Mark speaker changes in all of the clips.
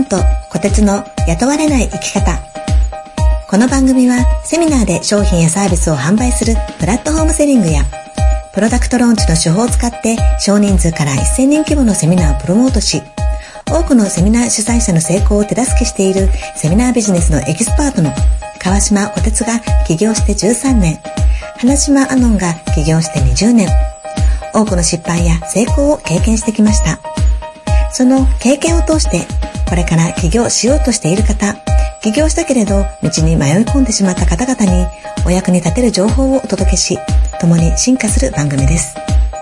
Speaker 1: と小鉄の雇われない生き方。この番組はセミナーで商品やサービスを販売するプラットフォームセリングやプロダクトローンチの手法を使って少人数から1000人規模のセミナーをプロモートし、多くのセミナー主催者の成功を手助けしているセミナービジネスのエキスパートの川島小鉄が起業して13年、花島アノンが起業して20年、多くの失敗や成功を経験してきました。その経験を通して、これから起業しようとしている方、起業したけれど道に迷い込んでしまった方々にお役に立てる情報をお届けし、共に進化する番組です。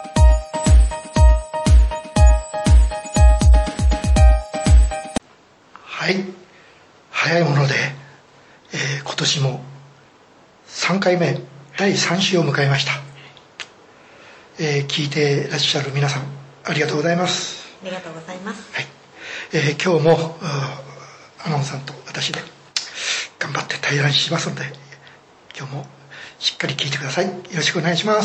Speaker 2: はい、早いもので、今年も3回目第3週を迎えました。聞いていらっしゃる皆さんありがとうございます。
Speaker 1: ありがとうございます。
Speaker 2: はい、今日もアノンさんと私で頑張って対談しますので、今日もしっかり聞いてください。よろしくお願いします。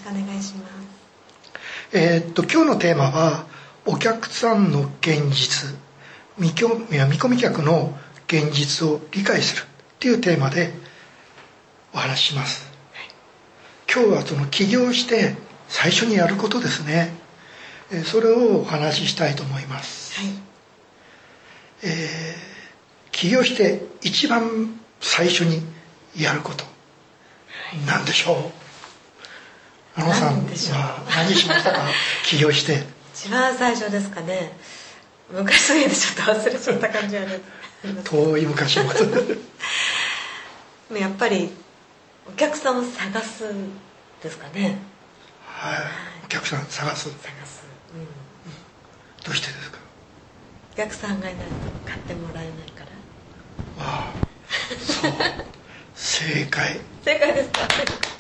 Speaker 1: よろしくお願いします。
Speaker 2: 今日のテーマはお客さんの現実、見込み客の現実を理解するっていうテーマでお話しします。今日はその起業して最初にやることですね。それをお話ししたいと思います。
Speaker 1: はい。
Speaker 2: 起業して一番最初にやること、何でしょう。あのさんは何しましたか？起業して
Speaker 1: 一番最初ですかね。昔すぎてちょっと忘れちゃった感じはね。
Speaker 2: 遠い昔のこと
Speaker 1: やっぱりお客さんを探すですかね。
Speaker 2: はい、お客さん探す、どうしてですか？
Speaker 1: お客さんがいないと買ってもらえないから。
Speaker 2: わあ、そう正解
Speaker 1: ですか？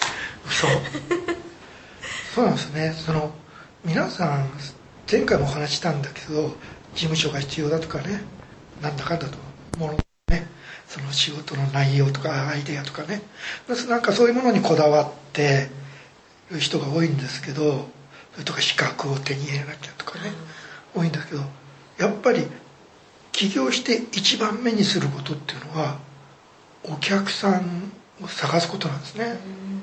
Speaker 2: そうなんですね。皆さん前回もお話ししたんだけど、事務所が必要だとかね、なんだかんだとものね、その仕事の内容とかアイデアとかね、なんかそういうものにこだわってる人が多いんですけど、それとか資格を手に入れなきゃとかね、多いんだけど、やっぱり起業して一番目にすることっていうのはお客さんを探すことなんですね。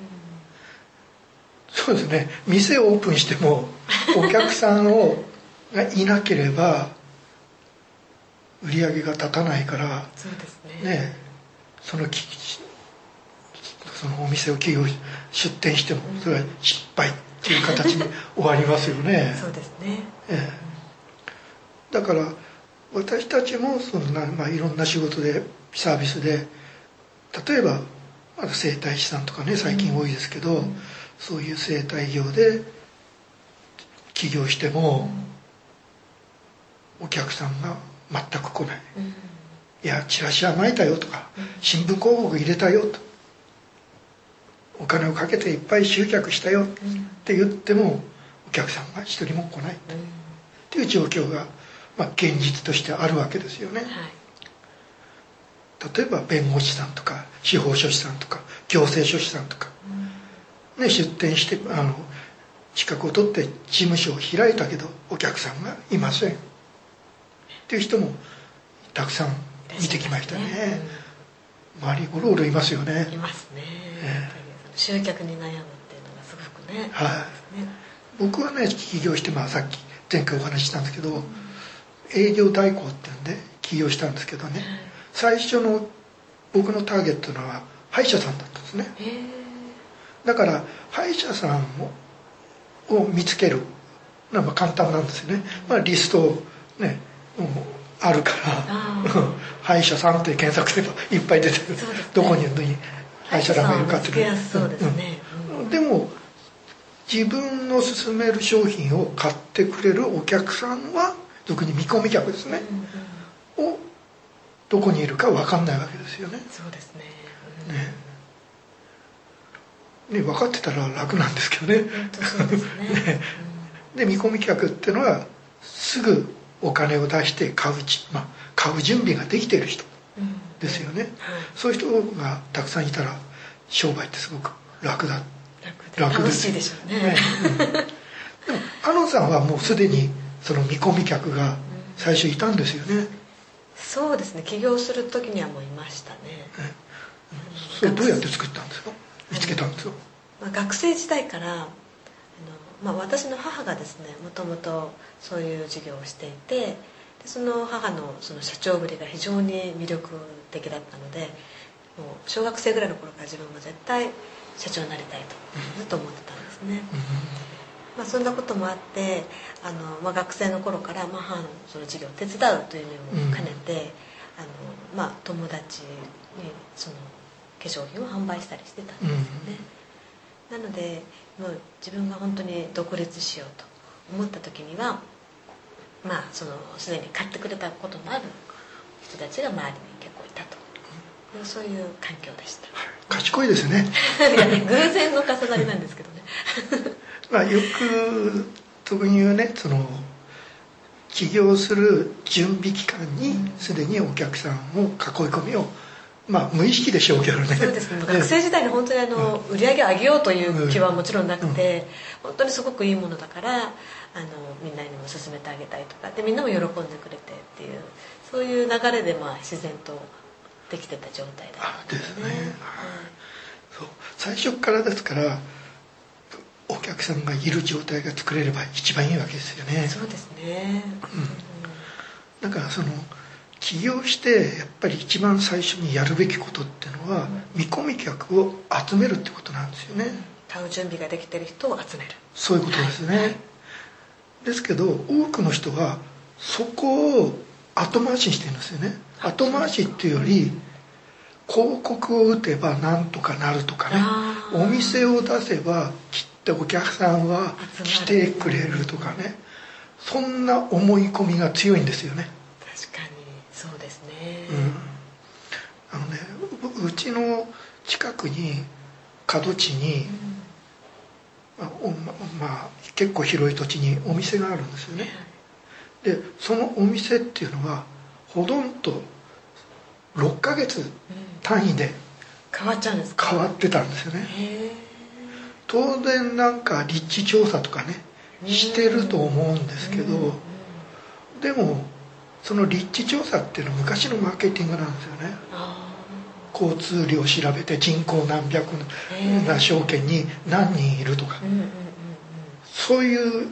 Speaker 2: そうですね。店をオープンしてもお客さんがいなければ売り上げが立たないから、
Speaker 1: そうですね。
Speaker 2: そのお店を出店してもそれは失敗っていう形に終わりますよね。
Speaker 1: そうですね。
Speaker 2: だから私たちもいろんな仕事でサービスで、例えば整体師さんとかね、最近多いですけど、そういう整体業で起業してもお客さんが全く来ない、いやチラシは撒いたよとか、新聞広告入れたよと、お金をかけていっぱい集客したよって言ってもお客さんが一人も来ないっていう状況が現実としてあるわけですよね。例えば弁護士さんとか司法書士さんとか行政書士さんとか、出店して資格を取って事務所を開いたけどお客さんがいませんっていう人もたくさん見てきましたね。周りゴロゴロいますよね。
Speaker 1: いますね。集客に悩むっていうのがすごくね。
Speaker 2: 僕はね、起業してさっき前回お話ししたんですけど、営業代行っていうんで起業したんですけどね、最初の僕のターゲットのは歯医者さんだったんですね。だから歯医者さんを見つけるのは簡単なんですよね。リストね、あるから歯医者さんって検索すればいっぱい出てくる、どこに歯医者さんがいるかっていう。でも自分の勧める商品を買ってくれるお客さんは、特に見込み客ですね、をどこにいるか分かんないわけですよね。
Speaker 1: そうですね。
Speaker 2: 分かってたら楽なんですけどね。
Speaker 1: そうですね。
Speaker 2: で見込み客っていうのはすぐお金を出して買う準備ができている人ですよね。そういう人がたくさんいたら商売ってすごく楽です。
Speaker 1: 楽しいでしょうね。
Speaker 2: でもアノンさんはもうすでにその見込み客が最初いたんですよね。
Speaker 3: そうですね、起業する時にはもういましたね。
Speaker 2: それどうやって作ったんですか？見つけたんですか？
Speaker 3: 学生時代から私の母がですね、もともとそういう事業をしていて、でその母のその社長ぶりが非常に魅力的だったので、もう小学生ぐらいの頃から自分も絶対社長になりたいとずっと思ってたんですね。そんなこともあって学生の頃から母のその事業を手伝うという意味も兼ねて、友達にその化粧品を販売したりしてたんですよね。なのでもう自分が本当に独立しようと思った時にはすでに買ってくれたことのある人たちが周りに結構いたという、そういう環境でした。
Speaker 2: 賢いですね。
Speaker 3: いや偶然の重なりなんですけどね。
Speaker 2: よく特に言うね、その起業する準備期間にすでにお客さんを囲い込みを無意識でしょうけどね。
Speaker 3: そうですね。学生時代に本当に売り上げを上げようという気はもちろんなくて、本当にすごくいいものだからみんなにも勧めてあげたいとかで、みんなも喜んでくれてっていう、そういう流れで自然とできてた状態だったんですね。
Speaker 2: そう、最初からですからお客さんがいる状態が作れれば一番いいわけですよね。
Speaker 3: そうですね。
Speaker 2: だからその起業してやっぱり一番最初にやるべきことっていうのは、見込み客を集めるってことなんですよね。
Speaker 3: 買う準備ができてる人を集める、
Speaker 2: そういうことですね。ですけど多くの人はそこを後回しにしてるんですよね。後回しっていうより、広告を打てばなんとかなるとかね、お店を出せばきっとお客さんは来てくれるとかね、そんな思い込みが強いんですよね。
Speaker 3: 確かにそうですね。
Speaker 2: うちの近くに角地に、結構広い土地にお店があるんですよね。でそのお店っていうのはほとんど6ヶ月単位で
Speaker 3: 変わっちゃうんですか？
Speaker 2: 変わってたんですよね。当然立地調査とかねしてると思うんですけど、でもその立地調査っていうのは昔のマーケティングなんですよね。交通量を調べて人口何百な証券に何人いるとか、そういう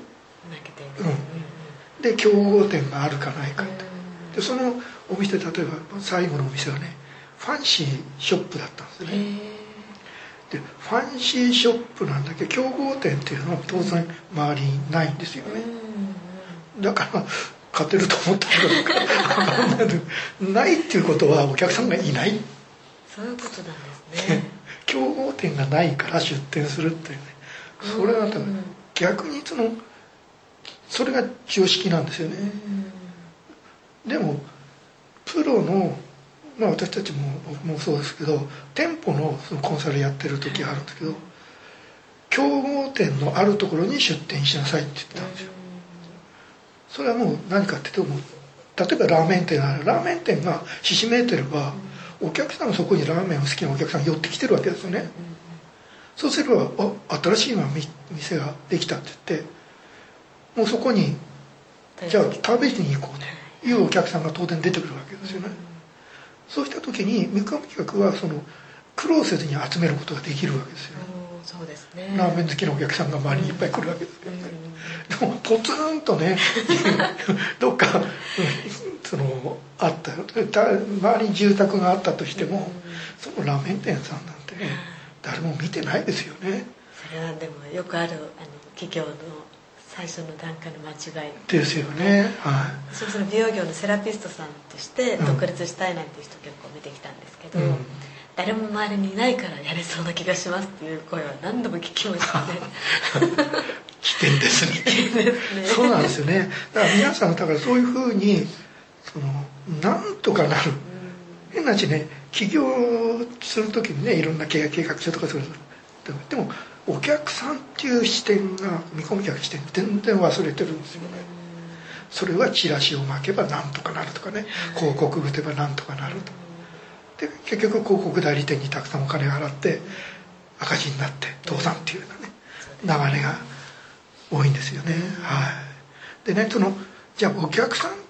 Speaker 2: で競合店があるかないかって、でそのお店、例えば最後のお店はねファンシーショップだったんですね。でファンシーショップなんだけど競合店っていうのは当然周りにないんですよね。だから勝てると思ったけどないっていうことはお客さんがいない、
Speaker 3: そういうことなんですね。
Speaker 2: 競合店がないから出店するっていうね、それは逆にそれが常識なんですよね。でもプロの私たちもそうですけど、店舗のコンサルやってる時があるんですけど、競合店のあるところに出店しなさいって言ったんですよ。それはもう何かっていうと、例えばラーメン店ならラーメン店がひしめいてれば、お客さんがそこにラーメンを好きなお客さんが寄ってきてるわけですよね。そうすれば新しい店ができたって言って、もうそこにじゃあ食べに行こうというお客さんが当然出てくるわけですよね。そうした時に見込み客は苦労せずに集めることができるわけですよね。
Speaker 3: そうですね。
Speaker 2: ラーメン好きなお客さんが周りにいっぱい来るわけですけどね。でもポツンとねどっかあった周りに住宅があったとしても、そのラーメン店さんなんてね誰も見てないですよね。
Speaker 3: それはでもよくある企業の最初の段階の間違い
Speaker 2: ですよね。
Speaker 3: その美容業のセラピストさんとして独立したいなんていう人結構見てきたんですけど、誰も周りにいないからやれそうな気がしますっていう声は何度も聞きましたね。
Speaker 2: 危険ですね。そうなんですよね。だから皆さんそういうふうになんとかなる、変な話ね、起業する時にねいろんな計画書とかする。でもお客さんっていう視点が、見込み客視点全然忘れてるんですよね。それはチラシを巻けばなんとかなるとかね、広告打てばなんとかなると。で結局広告代理店にたくさんお金払って赤字になって倒産っていうようなね流れが多いんですよね。でねじゃあお客さんっ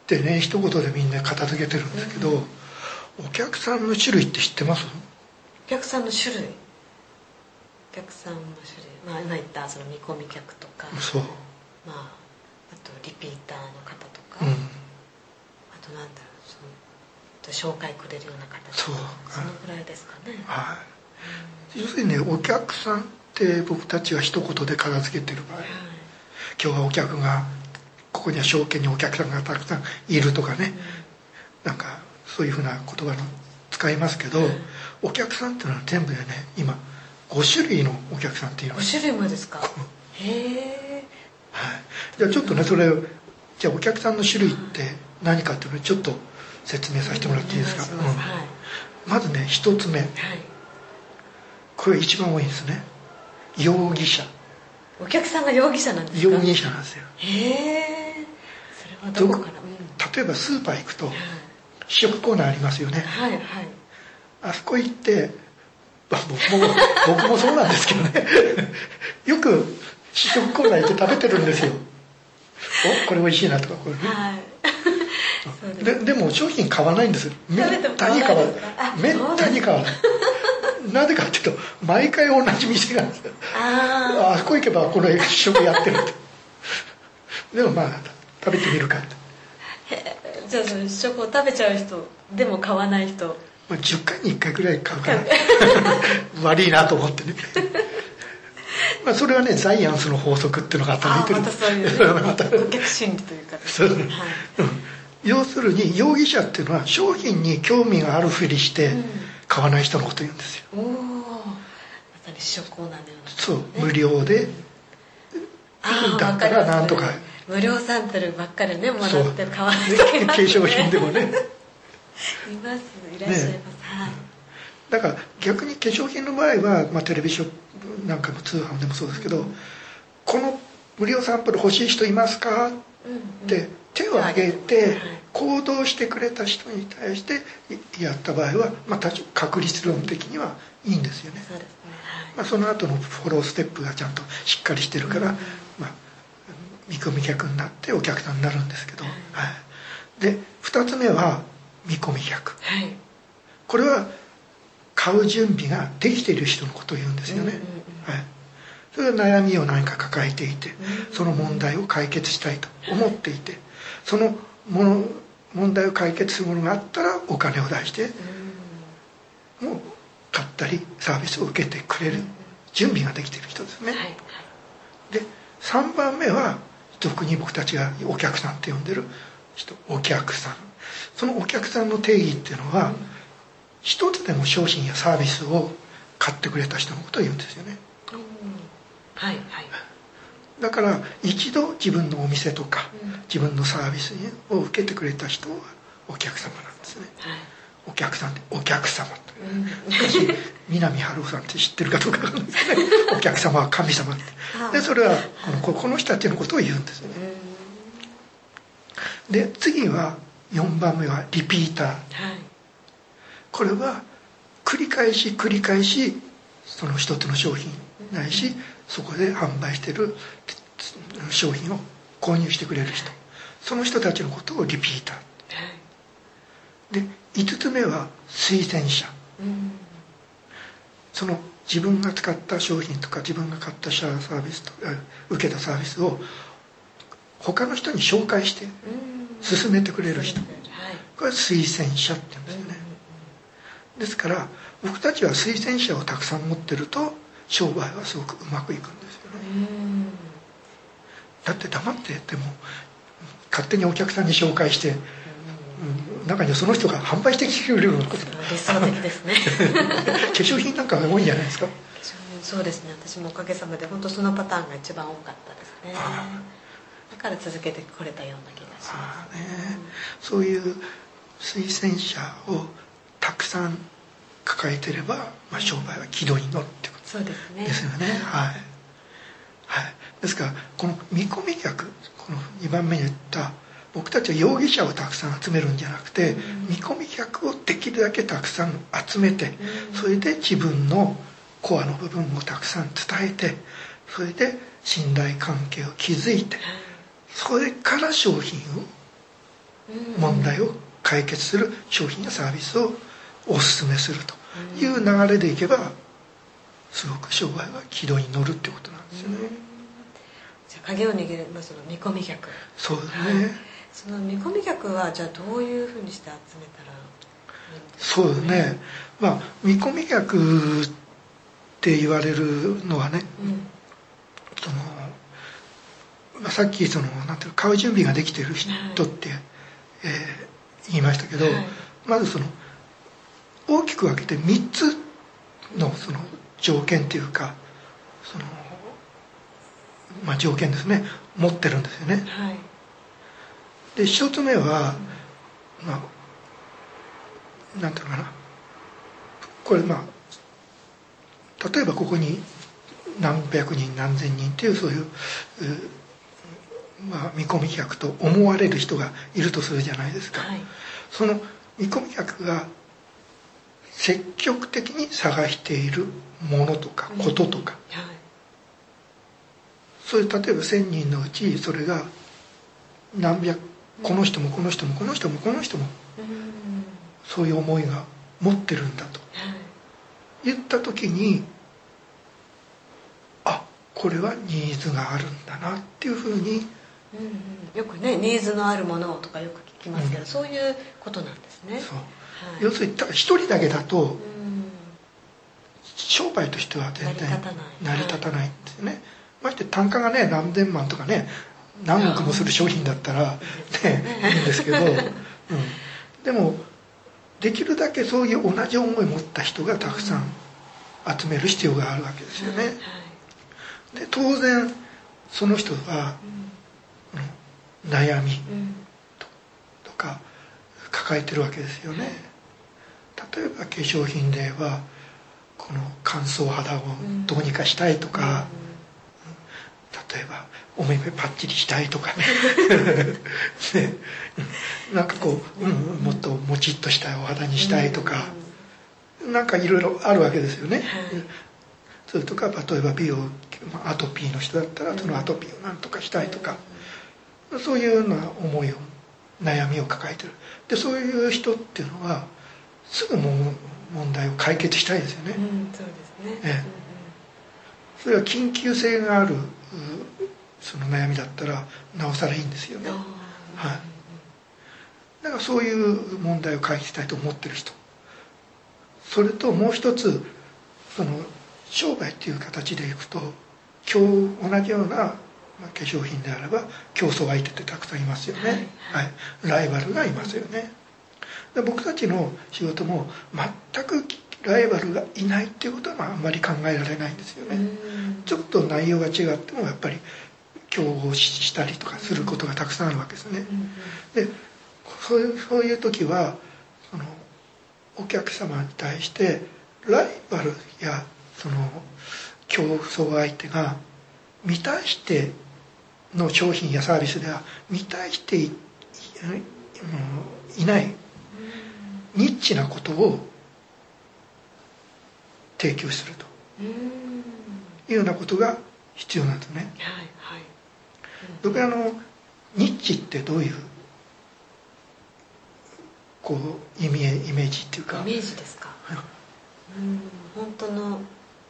Speaker 2: ってね一言でみんな片付けてるんですけど、お客さんの種類って知ってます？
Speaker 3: お客さんの種類、お客さんの種類、まあ今言ったその見込み客とか、
Speaker 2: そう、
Speaker 3: まああとリピーターの方とか、
Speaker 2: うん、
Speaker 3: あとなんだろう、その紹介くれるような方とか、
Speaker 2: そう、
Speaker 3: そのぐらいですかね。
Speaker 2: はい、要するにね、お客さんって僕たちは一言で片付けてる場合、今日はお客がここには証券にお客さんがたくさんいるとかね、なんかそういうふうな言葉の使いますけど、お客さんっていうのは全部でね今5種類のお客さんっていうの。
Speaker 3: 5種類もですか？へえ。
Speaker 2: はい、じゃあちょっとねそれじゃあお客さんの種類って何かっていうのをちょっと説明させてもらっていいですか？まずね一つ目、これ一番多いんですね。容疑者。
Speaker 3: お客さんが容疑者なんですか？
Speaker 2: 容疑者なんですよ。
Speaker 3: へえ。それはどこから？
Speaker 2: 例えばスーパー行くと試食コーナーありますよね。
Speaker 3: はいはい。
Speaker 2: あそこ行って僕もそうなんですけどねよく試食コーナー行って食べてるんですよ。お、これ美味しいなとかこれね、はいでも商品買わないんです。めったに買わない。めったに買わないなぜかっていうと毎回同じ店があるんですよ。あそこ行けばこの試食やってるってでもまあ食べてみるかって。
Speaker 3: じゃあその試食を食べちゃう人でも買わない人、
Speaker 2: まあ、10回に1回ぐらい買うから悪いなと思ってねまあそれはねザイアンスの法則っていうのが働いてる。
Speaker 3: またそういう、顧客心理というかですね、はい、
Speaker 2: 要するに容疑者っていうのは商品に興味があるふりして買わない人のことを言うんですよ。
Speaker 3: おお、まさに試食コーナーのような、ね、
Speaker 2: そう無料でだったらなんとか
Speaker 3: 無料サンプルばっかりねもらって買わない
Speaker 2: といけない、化粧品でもね
Speaker 3: いらっしゃいます、ね、はい。
Speaker 2: だから逆に化粧品の場合は、まあ、テレビショップなんかの通販でもそうですけど、この無料サンプル欲しい人いますかって手を挙げて行動してくれた人に対してやった場合は、まあ、確率論的にはいいんですよね。そうですね、はい。まあ、その後のフォローステップがちゃんとしっかりしてるから、まあ、見込み客になってお客さんになるんですけど、はい、で2つ目は見込み客、はい、これは買う準備ができている人のことを言うんですよね、はい、それは悩みを何か抱えていて、その問題を解決したいと思っていて、その問題を解決するものがあったらお金を出してもう買ったりサービスを受けてくれる準備ができている人ですね、はい、で3番目は俗に僕たちがお客さんって呼んでる人、お客さん。そのお客さんの定義っていうのは、一つでも商品やサービスを買ってくれた人のことを言うんですよね、はいはい。だから一度自分のお店とか、自分のサービスを受けてくれた人はお客様なんですね、はい、お客さんでお客様と、昔南春夫さんって知ってるかどうかわかんないですけどねお客様は神様ってで、それはこの人たちのことを言うんですよね。で次は4番目はリピーター、はい、これは繰り返しその一つの商品ないし、そこで販売している商品を購入してくれる人、その人たちのことをリピーターで、5つ目は推薦者、その自分が使った商品とか自分が買ったサービスとか受けたサービスを他の人に紹介して勧めてくれる人、これは推薦者って言うんですよね。ですから僕たちは推薦者をたくさん持ってると商売はすごくうまくいくんですよね。だって黙ってても勝手にお客さんに紹介して、中にはその人が販売してきてくれるようなこと
Speaker 3: 理想的ですね
Speaker 2: 化粧品なんかが多いんじゃないですか。
Speaker 3: そうですね、私もおかげさまで本当そのパターンが一番多かったですね。だから続けてこれたような気がしますね。
Speaker 2: そういう推薦者をたくさん抱えてれば、まあ、商売は軌道に乗るってこと
Speaker 3: そうですね。
Speaker 2: ですよね。はい、はい、ですからこの見込み客、この2番目に言った僕たちは容疑者をたくさん集めるんじゃなくて、見込み客をできるだけたくさん集めて、それで自分のコアの部分をたくさん伝えて、それで信頼関係を築いて、それから商品を問題を解決する商品やサービスをお勧めするという流れでいけばすごく商売は軌道に乗るってことなんですよね。
Speaker 3: じゃあ鍵を握る、その見込み客。
Speaker 2: そうですね、
Speaker 3: その見込み客はじゃあどういうふうにして集めたらいいんですか？
Speaker 2: そうですね、見込み客って言われるのはね、さっきなんていう買う準備ができている人って、言いましたけど、まず大きく分けて3つの条件っていうか条件ですね、持ってるんですよね。で1つ目はなんていうのかな、これ例えばここに何百人何千人っていうそういう見込み客と思われる人がいるとするじゃないですか、その見込み客が積極的に探しているものとかこととか、そういう例えば1000人のうちそれが何百、この人もこの人もこの人もこの人もそういう思いが持ってるんだと言った時に、これはニーズがあるんだなっていうふうに、
Speaker 3: よくねニーズのあるものとかよく聞きますけど、そういうことなんですね。
Speaker 2: 要するに一人だけだと商売としては全然成り立たないんですよね。まして単価がね何千万とかね何億もする商品だったら、いいんですけど、でもできるだけそういう同じ思いを持った人がたくさん集める必要があるわけですよね。で当然その人は、悩みとか抱えてるわけですよね。例えば化粧品ではこの乾燥肌をどうにかしたいとか、例えばお目目パッチリしたいとかねなんかこう、もっともちっとしたお肌にしたいとか、なんかいろいろあるわけですよね。それとか例えば美容アトピーの人だったらそのアトピーをなんとかしたいとか、そういうような思いを悩みを抱えてる。でそういう人っていうのはすぐ問題を解決したいですよね。
Speaker 3: そうですね。
Speaker 2: それは緊急性があるその悩みだったらなおさらいいんですよね。だからそういう問題を解決したいと思ってる人、それともう一つ商売っていう形でいくと同じような化粧品であれば競争相手ってたくさんいますよね。ライバルがいますよね。で僕たちの仕事も全くライバルがいないっていうことはあんまり考えられないんですよね。ちょっと内容が違ってもやっぱり競合したりとかすることがたくさんあるわけですね。でそういう時はお客様に対してライバルや競争相手が満たしての商品やサービスでは満たしていないニッチなことを提供するというようなことが必要なんですね。僕はニッチってどういうイメージっていうか。
Speaker 3: イメージですか。本当の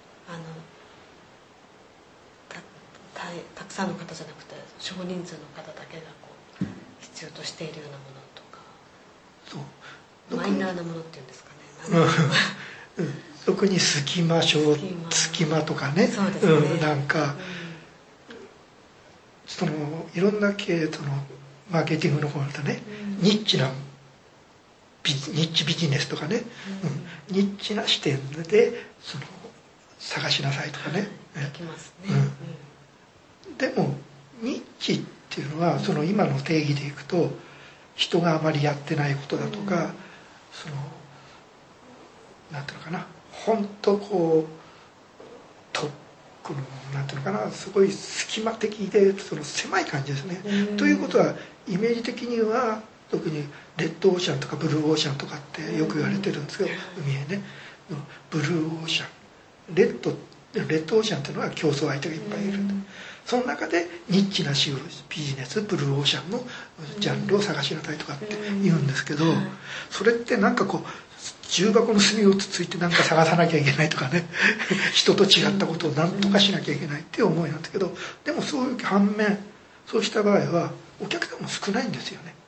Speaker 3: たくさんの方じゃなくて少人数の方だけが必要としているようなものとか、マイナーなものっていうんですかね。
Speaker 2: 特に隙間とかね、なんかいろんな系マーケティングの方だとね、ニッチビジネスとかね、ニッチな視点で探しなさいとかね。
Speaker 3: できますね。
Speaker 2: でもニッチっていうのは今の定義でいくと人があまりやってないことだとか、なんていうのかな、本当なんていうのかな、すごい隙間的で狭い感じですね。ということはイメージ的には特にレッドオーシャンとかブルーオーシャンとかってよく言われてるんですけど、海へね、ブルーオーシャン、レッドオーシャンっていうのは競争相手がいっぱいいる。 その中でニッチなビジネスブルーオーシャンのジャンルを探しなさいとかって言うんですけど、それってなんかこう重箱の隅をつついてなんか探さなきゃいけないとかね人と違ったことを何とかしなきゃいけないっていう思いなんだけど、でもそういう反面そうした場合はお客さんも少ないんですよね。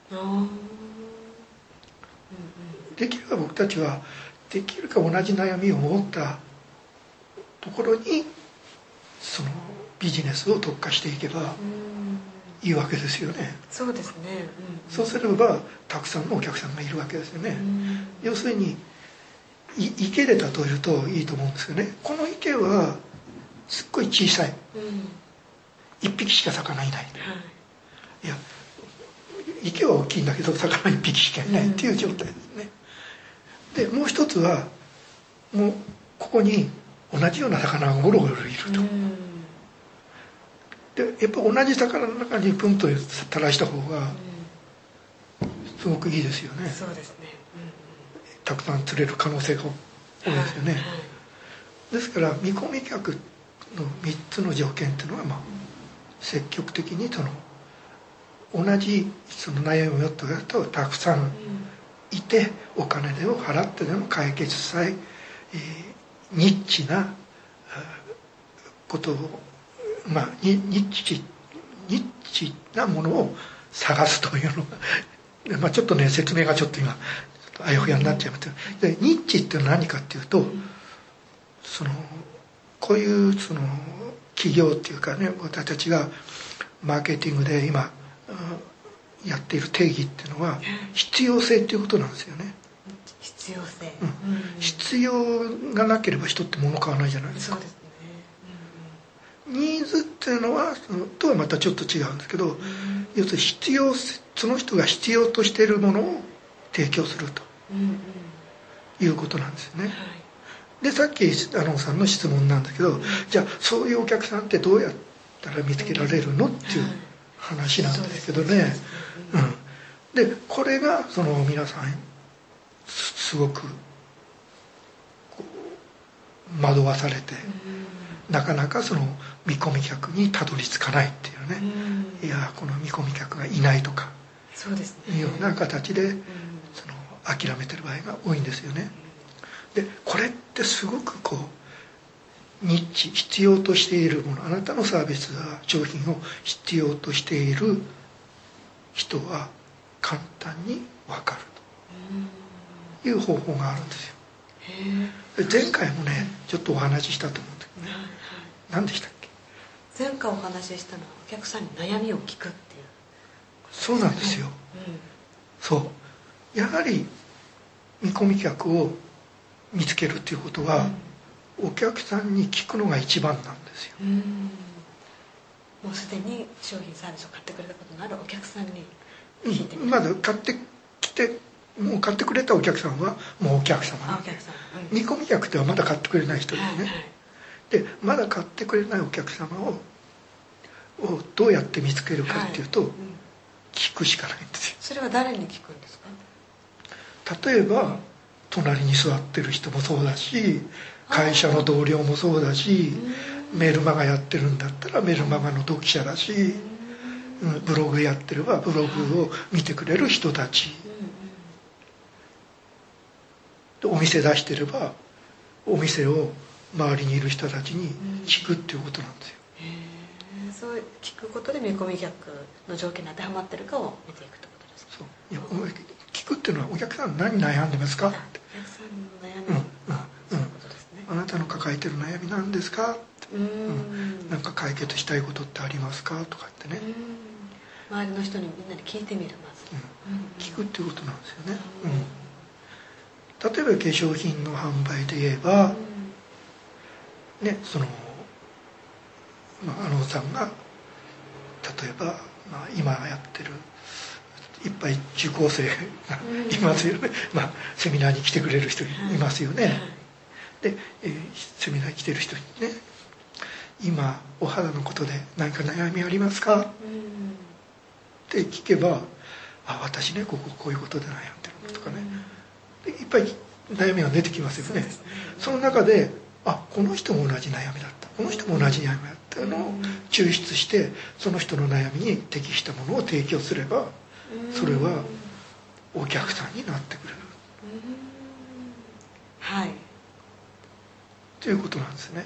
Speaker 2: できれば僕たちはできるか同じ悩みを持ったところにそのビジネスを特化していけばいいわけですよね。
Speaker 3: そうですね、
Speaker 2: そうすればたくさんのお客さんがいるわけですよね。要するに池で例えるといいと思うんですよね。この池はすっごい小さい、一匹しか魚いない、いや池は大きいんだけど魚一匹しかいないっていう状態ですね。でもう一つはもうここに同じような魚がゴロゴロいると、でやっぱ同じ魚の中にプンと垂らした方がすごくいいですよね。
Speaker 3: そうですね、
Speaker 2: たくさん釣れる可能性が多いですよね。ですから見込み客の3つの条件っていうのは、積極的にその同じその悩みを持った人がたくさんいて、お金を払ってでも解決したい、ニッチなことを、ニッチなものを探すというのが、ちょっとね説明がちょっと今あやふやになっちゃいますけど、でニッチって何かっていうと、こういうその企業っていうかね、私たちがマーケティングで今やっている定義っていうのは必要性っていうことなんですよね。
Speaker 3: 必要性、
Speaker 2: 必要がなければ人って物買わないじゃないですか。
Speaker 3: そうですね、
Speaker 2: ニーズっていうのはとはまたちょっと違うんですけど、要するに必要、その人が必要としているものを提供するということなんですよね。でさっきアロンさんの質問なんだけど、じゃあそういうお客さんってどうやったら見つけられるのっていう話なんですけどね。でこれがその皆さんすごく惑わされて、なかなかその見込み客にたどり着かないっていうね、いやこの見込み客がいないとかいうような形でその諦めてる場合が多いんですよね。でこれってすごくこうニッチ、必要としているもの、あなたのサービスや商品を必要としている人は簡単に分かるという方法があるんですよ。前回もねちょっとお話ししたと思うんだけどね、何でしたっけ。
Speaker 3: 前回お話ししたのはお客さんに悩みを聞くっていう、
Speaker 2: そうなんですよ、そうやはり見込み客を見つけるっていうことは、お客さんに聞くのが一番なんですよ。
Speaker 3: もうすでに商品サービスを買ってくれたことのあるお客さんに聞いてみる。
Speaker 2: まだ買ってきてもう買ってくれたお客さんはもうお客様、見込み客ではまだ買ってくれない人ですね、でまだ買ってくれないお客様をどうやって見つけるかっていうと、聞くしかないんですよ。
Speaker 3: それは誰に聞くんですか。
Speaker 2: 例えば隣に座ってる人もそうだし、会社の同僚もそうだし、メルマガやってるんだったらメルマガの読者だし、ブログやってればブログを見てくれる人たち、お店出してればお店を周りにいる人たちに聞くっていうことなんですよ。
Speaker 3: そう聞くことで見込み客の条件に当てはまってるかを見ていくってことですか。
Speaker 2: そう、いや聞くっていうのはお客さん何悩んでますかって、
Speaker 3: お客さんの悩み、そういうことですね。
Speaker 2: あなたの抱えてる悩みなんですかって、なんか解決したいことってありますかとかってね、
Speaker 3: 周りの人にみんなに聞いてみる、まず、
Speaker 2: 聞くっていうことなんですよね。例えば化粧品の販売で言えば、そのアロンさんが例えば、今やってるいっぱい受講生がいますよね、セミナーに来てくれる人いますよね、で、セミナーに来てる人にね、今お肌のことで何か悩みありますか、って聞けば、私ねこういうことで悩んでるとかね、でいっぱい悩みが出てきますよね。その中でこの人も同じ悩みだった、この人も同じ悩みだったのを抽出して、その人の悩みに適したものを提供すれば、それはお客さんになってくれる、
Speaker 3: はい
Speaker 2: ということなんですね。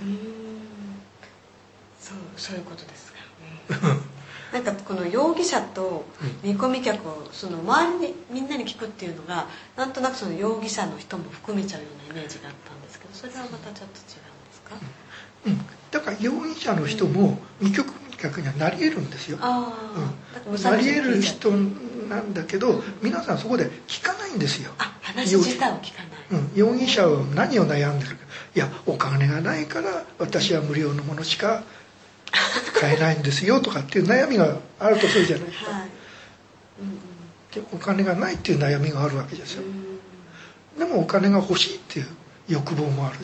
Speaker 3: そういうことですか。なんかこの容疑者と見込み客をその周りにみんなに聞くっていうのが、なんとなくその容疑者の人も含めちゃうようなイメージがあったんですけど、それはまたちょっと違うんですか？
Speaker 2: だから容疑者の人も見込み客にはなり得るんですよ。なり得る人なんだけど、皆さんそこで聞かないんですよ。
Speaker 3: 話自体を聞かない。
Speaker 2: 容疑者は何を悩んでるか、いやお金がないから私は無料のものしか買えないんですよとかっていう悩みがあるとするじゃないですか、でお金がないっていう悩みがあるわけですよ。でもお金が欲しいっていう欲望もある、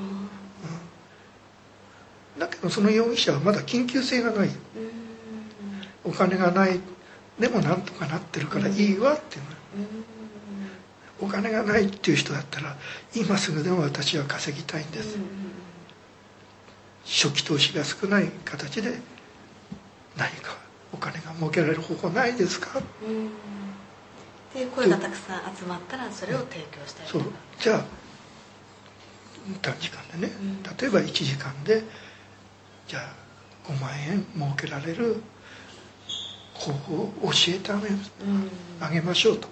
Speaker 2: だけどその容疑者はまだ緊急性がない、お金がないでもなんとかなってるからいいわっていうの、お金がないっていう人だったら今すぐでも私は稼ぎたいんです、初期投資が少ない形で何かお金が儲けられる方法ないですか、
Speaker 3: っていう声がたくさん集まったらそれを提供したいとか、
Speaker 2: じゃあ短時間でね、例えば1時間でじゃあ5万円儲けられる方法を教えてあげましょうと、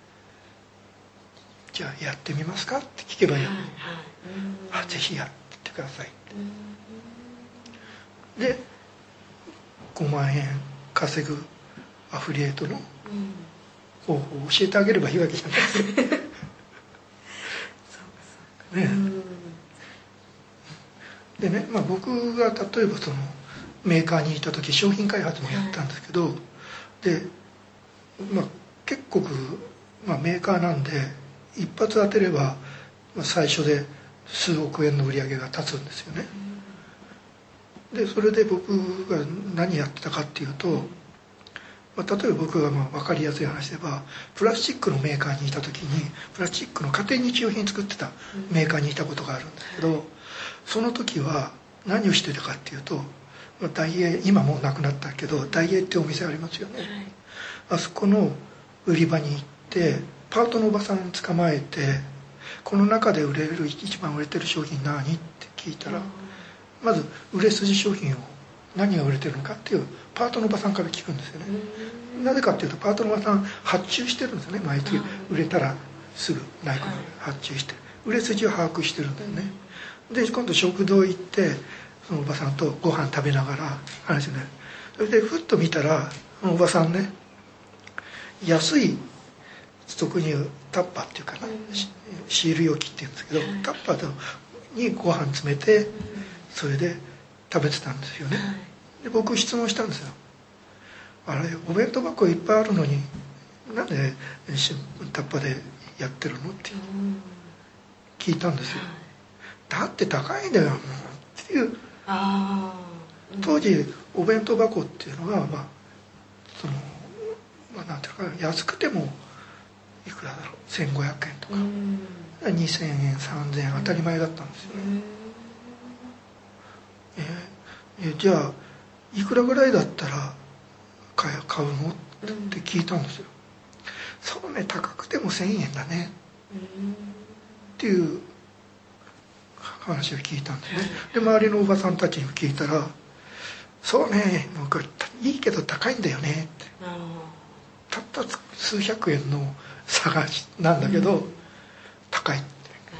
Speaker 2: じゃあやってみますかって聞けばいい、ぜひやってください、で5万円稼ぐアフリエイトの方法を教えてあげればいいわけじゃないですかでね、僕が例えばそのメーカーにいた時商品開発もやったんですけど、で、結構、メーカーなんで一発当てれば最初で数億円の売り上げが立つんですよね。でそれで僕が何やってたかっていうと、例えば僕が分かりやすい話ではプラスチックのメーカーにいた時にプラスチックの家庭日用品作ってたメーカーにいたことがあるんですけど、その時は何をしてたかっていうと、ダイエー、今もうなくなったけどダイエーってお店ありますよね、あそこの売り場に行ってパートのおばさん捕まえて、この中で一番売れてる商品何って聞いたら、まず売れ筋商品を何が売れてるのかっていうパートのおばさんから聞くんですよね。なぜかっていうとパートのおばさん発注してるんですよね。毎月売れたらすぐ内庫に発注して売れ筋を把握してるんですね。で今度食堂行ってそのおばさんとご飯食べながら話になる。それでふっと見たらそのおばさんね、安い俗に言うタッパーっていうかな、シール容器っていうんですけど、タッパーにご飯詰めてそれで食べてたんですよね。で僕質問したんですよ。あれお弁当箱いっぱいあるのになんでタッパーでやってるのって聞いたんですよ。だって高いんだよっていう。当時お弁当箱っていうのはなんていうか安くてもいくらだろう、1500円とか2000円3000円当たり前だったんですよね。じゃあいくらぐらいだったら買うのって聞いたんですよ。そうね、高くても1000円だねっていう話を聞いたんですね。で周りのおばさんたちに聞いたら、そうね、もうこれいいけど高いんだよねって、たった数百円の差がなんだけど、高いって、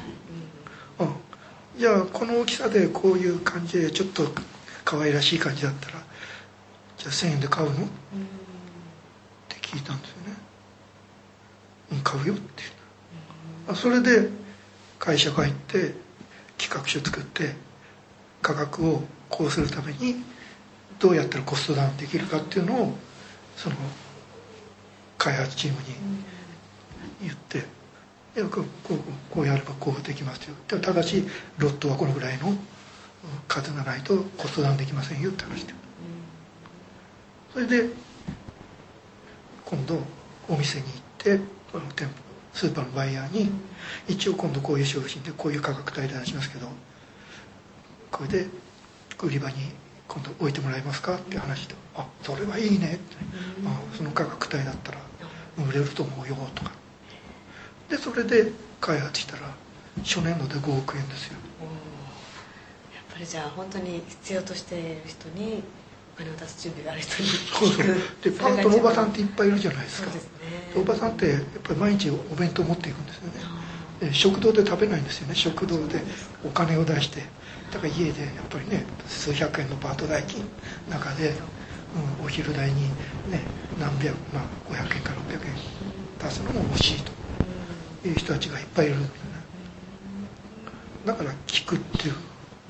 Speaker 2: じゃあこの大きさでこういう感じでちょっと可愛らしい感じだったらじゃあ1000円で買うのって聞いたんですよね。買うよって言う。それで会社帰って企画書作って価格をこうするためにどうやったらコストダウンできるかっていうのをその開発チームに言って、こうやればこうできますよ。ただしロットはこのぐらいの数がないとコストダウンできませんよって話で、それで今度お店に行ってこの店舗スーパーのバイヤーに一応今度こういう商品でこういう価格帯で出しますけどこれで売り場に今度置いてもらえますかって話で、あ、それはいいねって、その価格帯だったら売れると思うよとかで、それで開発したら初年度で5億円ですよ。
Speaker 3: やっぱりじゃあ本当に必要としている人にお金を出す準備がある人に
Speaker 2: でパートのおばさんっていっぱいいるじゃないですか。
Speaker 3: そうですね。
Speaker 2: おばさんってやっぱり毎日お弁当持っていくんですよね。食堂で食べないんですよね。食堂でお金を出して、だから家でやっぱりね、数百円のパート代金の中で、お昼代にね、何百、500円か600円出すのも欲しいという人たちがいっぱいいるんですね。だから聞くっていう、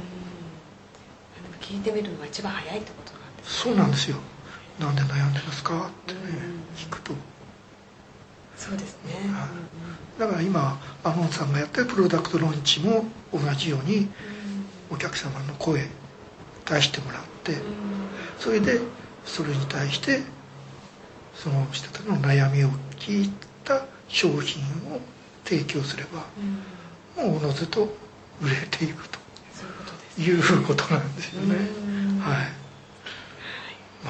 Speaker 3: 聞いてみるのが一番早いってことなんですね。
Speaker 2: そうなんですよ。なんで悩んでますかってね、聞くと。
Speaker 3: そうですね。
Speaker 2: だから今アノンさんがやってるプロダクトローンチも同じように、お客様の声出してもらって、それでそれに対してその人たちの悩みを聞いた商品を提供すれば、もうおのずと売れていくということなんですよね。はい。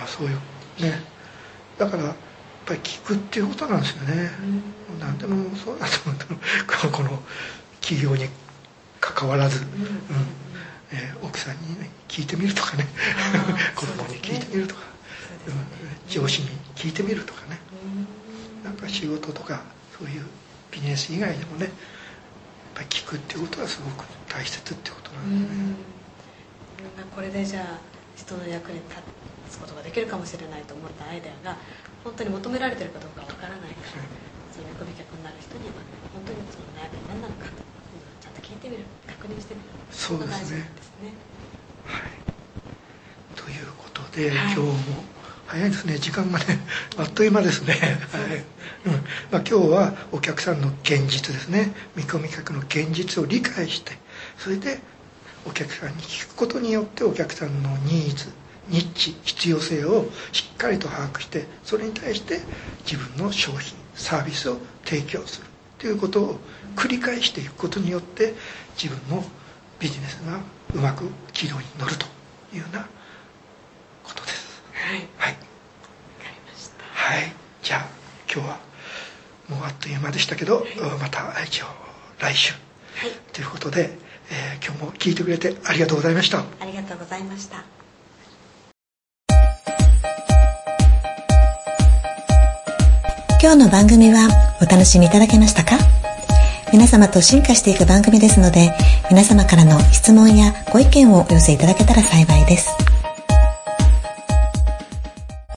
Speaker 2: そういうね、だからやっぱり聞くっていうことなんですよね。何でもそうだと思う。この企業に関わらず、奥さんに、ね、聞いてみるとかね、子供に聞いてみるとか、上司に聞いてみるとかね、なんか仕事とかそういうビジネス以外でもね、やっぱり聞くっていうことはすごく大切っていうことなんですね。
Speaker 3: これでじゃあ人の役に立つことができるかもしれないと思ったアイデアが本当に求められているかどうかわからないから、その見込み客になる人には本当にその悩みは何なのかとちゃんと聞いてみる、確認してみる、
Speaker 2: そうですね。はい。ということで、今日も早いですね、時間がね、あっという間ですね。今日はお客さんの現実ですね、見込み客の現実を理解して、それでお客さんに聞くことによってお客さんのニーズ、ニッチ、必要性をしっかりと把握して、それに対して自分の商品サービスを提供するということを繰り返していくことによって、自分のビジネスがうまく軌道に乗るというようなことです。
Speaker 3: はい、
Speaker 2: はい、
Speaker 3: 分かりました。
Speaker 2: はい、じゃあ今日はもうあっという間でしたけど、また一応来週ということで、今日も聞いてくれてありがとうございました。
Speaker 3: ありがとうございました。
Speaker 1: 今日の番組はお楽しみいただけましたか？皆様と進化していく番組ですので、皆様からの質問やご意見をお寄せいただけたら幸いです。